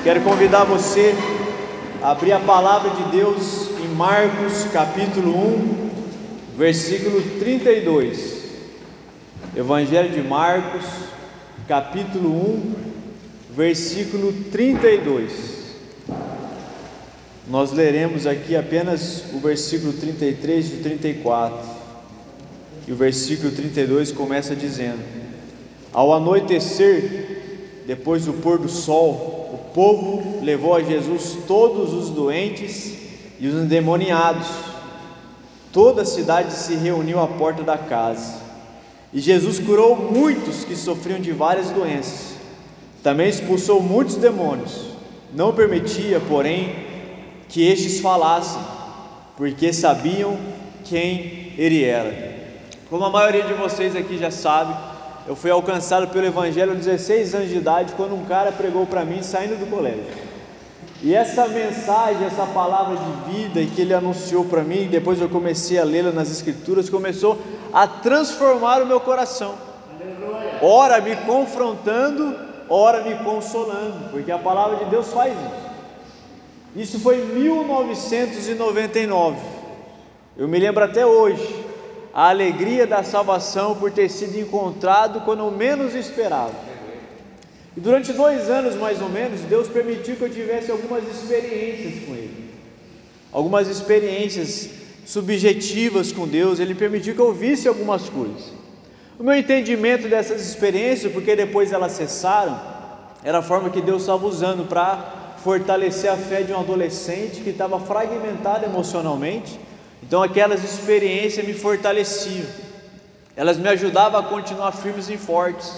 Quero convidar você a abrir a palavra de Deus em Marcos capítulo 1, versículo 32. Evangelho de Marcos, capítulo 1, versículo 32. Nós leremos aqui apenas o versículo 33 e 34. E o versículo 32 começa dizendo: Ao anoitecer, depois do pôr do sol, o povo levou a Jesus todos os doentes e os endemoniados. Toda a cidade se reuniu à porta da casa. E Jesus curou muitos que sofriam de várias doenças. Também expulsou muitos demônios. Não permitia, porém, que estes falassem, porque sabiam quem ele era. Como a maioria de vocês aqui já sabe, eu fui alcançado pelo Evangelho aos 16 anos de idade, quando um cara pregou para mim saindo do colégio. E essa mensagem, essa palavra de vida que ele anunciou para mim, depois eu comecei a lê-la nas Escrituras, começou a transformar o meu coração. Ora me confrontando, ora me consolando, porque a palavra de Deus faz isso. Isso foi em 1999. Eu me lembro até hoje a alegria da salvação por ter sido encontrado quando eu menos esperava. E durante 2 anos mais ou menos, Deus permitiu que eu tivesse algumas experiências com Ele, algumas experiências subjetivas com Deus. Ele permitiu que eu visse algumas coisas. O meu entendimento dessas experiências, porque depois elas cessaram, era a forma que Deus estava usando para fortalecer a fé de um adolescente que estava fragmentado emocionalmente. Então aquelas experiências me fortaleciam, elas me ajudavam a continuar firmes e fortes.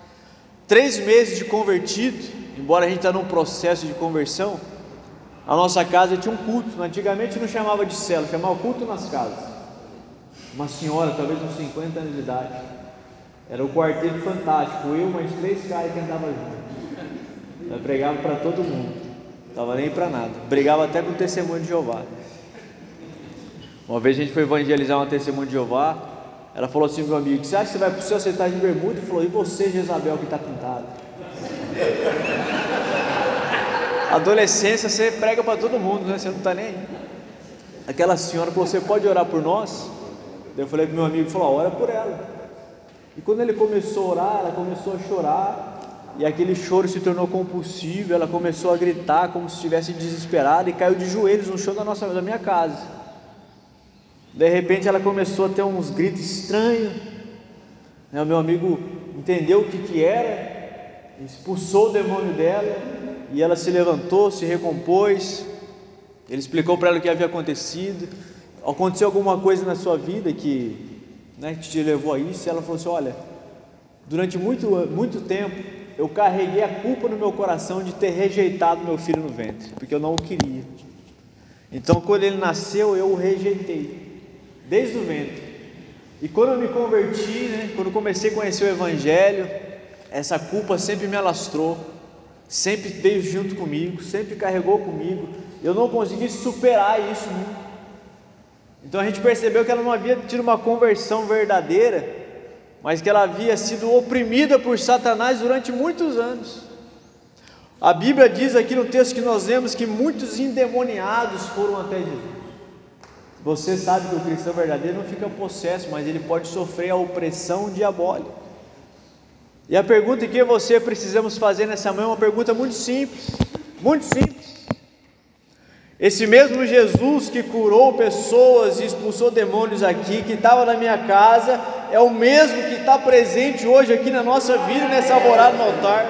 3 meses de convertido, embora a gente está num processo de conversão, a nossa casa tinha um culto. Antigamente não chamava de célula, chamava culto nas casas. Uma senhora, talvez uns 50 anos de idade, era o quarteto fantástico, eu mais 3 caras que andavam juntos. Ela pregava para todo mundo, não estava nem para nada, brigava até com o testemunho de Jeová. Uma vez a gente foi evangelizar uma testemunha de Jeová. Ela falou assim: meu amigo, você acha que você vai para o céu, você está de bermuda? Ele falou: e você, Jezabel, que está pintado? Adolescência, você prega para todo mundo, né? Você não está nem aí. Aquela senhora falou: você pode orar por nós? Eu falei para meu amigo, falou: ora por ela. E quando ele começou a orar, ela começou a chorar, e aquele choro se tornou compulsivo. Ela começou a gritar como se estivesse desesperada e caiu de joelhos no chão da minha casa. De repente ela começou a ter uns gritos estranhos, O meu amigo entendeu o que era, expulsou o demônio dela, e ela se levantou, se recompôs. Ele explicou para ela o que havia acontecido. Aconteceu alguma coisa na sua vida que te levou a isso? E ela falou assim: olha, durante muito tempo eu carreguei a culpa no meu coração de ter rejeitado meu filho no ventre, porque eu não o queria. Então quando ele nasceu, eu o rejeitei desde o ventre. E quando eu me converti, quando comecei a conhecer o Evangelho, essa culpa sempre me alastrou, sempre veio junto comigo, sempre carregou comigo. Eu não consegui superar isso nunca. Então a gente percebeu que ela não havia tido uma conversão verdadeira, mas que ela havia sido oprimida por Satanás durante muitos anos. A Bíblia diz aqui no texto que nós lemos que muitos endemoniados foram até Jesus. Você sabe que o cristão verdadeiro não fica possesso, mas ele pode sofrer a opressão diabólica. E a pergunta que você precisamos fazer nessa manhã é uma pergunta muito simples, muito simples. Esse mesmo Jesus que curou pessoas e expulsou demônios aqui, que estava na minha casa, é o mesmo que está presente hoje aqui na nossa vida, nessa alvorada no altar.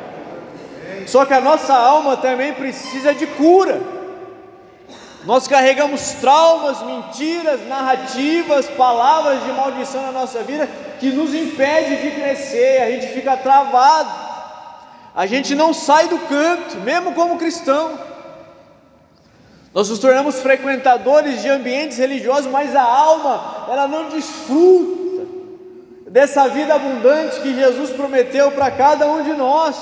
Só que a nossa alma também precisa de cura. Nós carregamos traumas, mentiras, narrativas, palavras de maldição na nossa vida que nos impede de crescer. A gente fica travado, a gente não sai do canto, mesmo como cristão. Nós nos tornamos frequentadores de ambientes religiosos, mas a alma, ela não desfruta dessa vida abundante que Jesus prometeu para cada um de nós.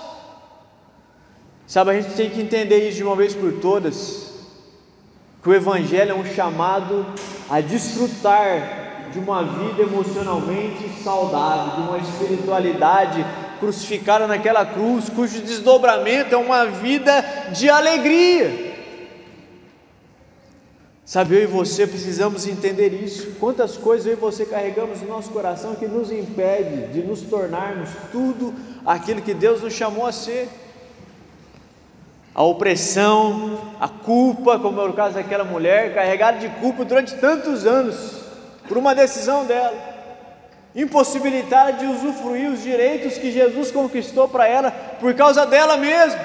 Sabe, a gente tem que entender isso de uma vez por todas, que o Evangelho é um chamado a desfrutar de uma vida emocionalmente saudável, de uma espiritualidade crucificada naquela cruz, cujo desdobramento é uma vida de alegria. Sabe, eu e você precisamos entender isso. Quantas coisas eu e você carregamos no nosso coração que nos impede de nos tornarmos tudo aquilo que Deus nos chamou a ser. A opressão, a culpa, como é o caso daquela mulher, carregada de culpa durante tantos anos, por uma decisão dela, impossibilitada de usufruir os direitos que Jesus conquistou para ela, por causa dela mesma.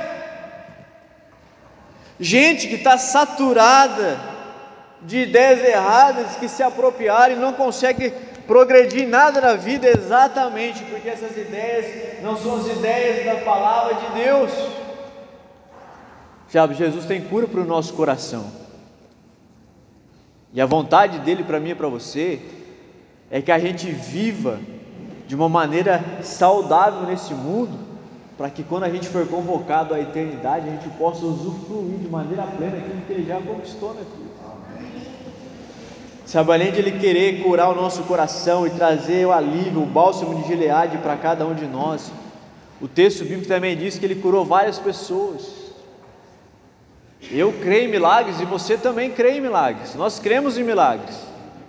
Gente que está saturada de ideias erradas, que se apropriaram e não consegue progredir em nada na vida, exatamente porque essas ideias não são as ideias da palavra de Deus. Sabe, Jesus tem cura para o nosso coração, e a vontade dele para mim e para você é que a gente viva de uma maneira saudável nesse mundo, para que quando a gente for convocado à eternidade, a gente possa usufruir de maneira plena aquilo que ele já conquistou na vida. Sabe, além de ele querer curar o nosso coração e trazer o alívio, o bálsamo de Gileade para cada um de nós, o texto bíblico também diz que ele curou várias pessoas. Eu creio em milagres e você também crê em milagres, nós cremos em milagres.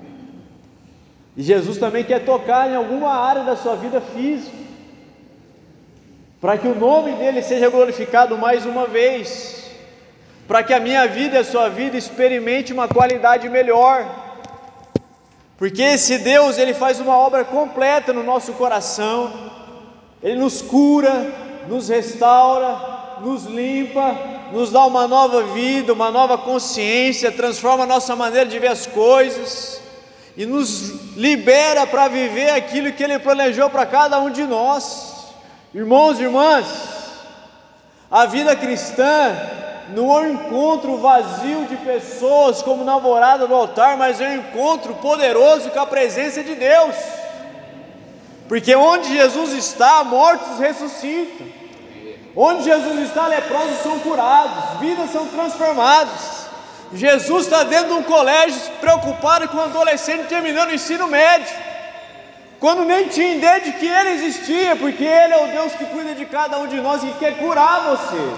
E Jesus também quer tocar em alguma área da sua vida física, para que o nome dele seja glorificado mais uma vez, para que a minha vida e a sua vida experimente uma qualidade melhor, porque esse Deus, ele faz uma obra completa no nosso coração, ele nos cura, nos restaura, nos limpa, nos dá uma nova vida, uma nova consciência, transforma a nossa maneira de ver as coisas, e nos libera para viver aquilo que ele planejou para cada um de nós. Irmãos e irmãs, a vida cristã não é um encontro vazio de pessoas como namorada do altar, mas é um encontro poderoso com a presença de Deus, porque onde Jesus está, mortos ressuscitam, onde Jesus está, leprosos são curados, vidas são transformadas. Jesus está dentro de um colégio preocupado com um adolescente terminando o ensino médio, quando nem tinha ideia de que ele existia, porque ele é o Deus que cuida de cada um de nós e quer curar você.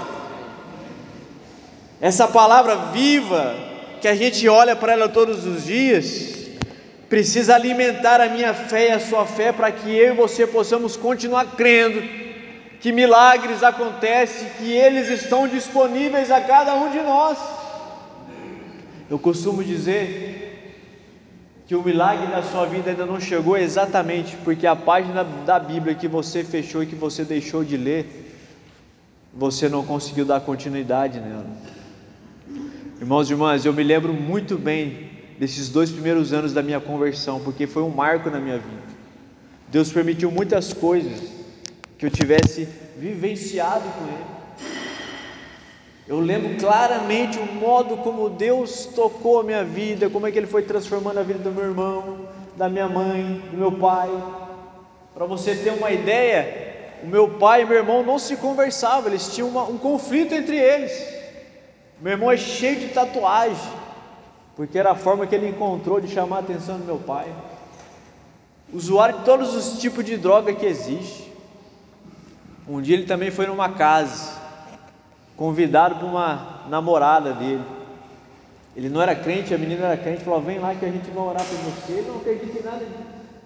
Essa palavra viva, que a gente olha para ela todos os dias, precisa alimentar a minha fé e a sua fé, para que eu e você possamos continuar crendo que milagres acontecem, que eles estão disponíveis a cada um de nós. Eu costumo dizer que o milagre da sua vida ainda não chegou exatamente porque a página da Bíblia que você fechou e que você deixou de ler, você não conseguiu dar continuidade nela. Irmãos e irmãs, eu me lembro muito bem desses 2 primeiros anos da minha conversão, porque foi um marco na minha vida. Deus permitiu muitas coisas que eu tivesse vivenciado com Ele. Eu lembro claramente o modo como Deus tocou a minha vida, como é que Ele foi transformando a vida do meu irmão, da minha mãe, do meu pai. Para você ter uma ideia, o meu pai e meu irmão não se conversavam, eles tinham um conflito entre eles. Meu irmão é cheio de tatuagem, porque era a forma que ele encontrou de chamar a atenção do meu pai. Usuário de todos os tipos de droga que existe. Um dia ele também foi numa casa, convidado por uma namorada dele. Ele não era crente, a menina era crente, falou: vem lá que a gente vai orar por você. Ele não acredita em nada disso.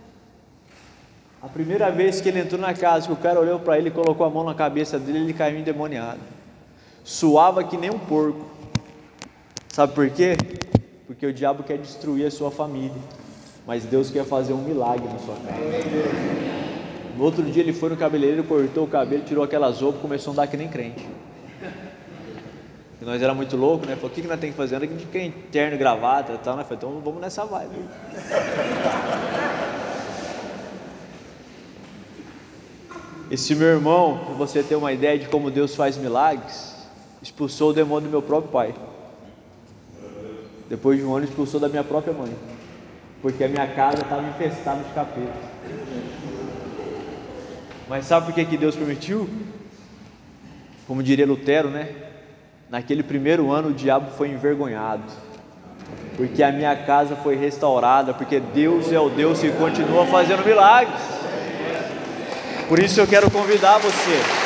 A primeira vez que ele entrou na casa, que o cara olhou para ele e colocou a mão na cabeça dele, ele caiu endemoniado, suava que nem um porco. Sabe por quê? Porque o diabo quer destruir a sua família, mas Deus quer fazer um milagre na sua casa. No outro dia ele foi no cabeleireiro, cortou o cabelo, tirou aquelas roupas, começou a andar que nem crente. E nós era muito louco, né? Falou: o que nós temos que fazer? Anda de crente, terno, gravata e tal, né? Falei: então vamos nessa vibe. Esse meu irmão, para você ter uma ideia de como Deus faz milagres, expulsou o demônio do meu próprio pai. Depois de um ano expulsou da minha própria mãe, porque a minha casa estava infestada de capeta. Mas sabe por que Deus permitiu? Como diria Lutero, né? Naquele primeiro ano o diabo foi envergonhado, porque a minha casa foi restaurada, porque Deus é o Deus que continua fazendo milagres. Por isso eu quero convidar você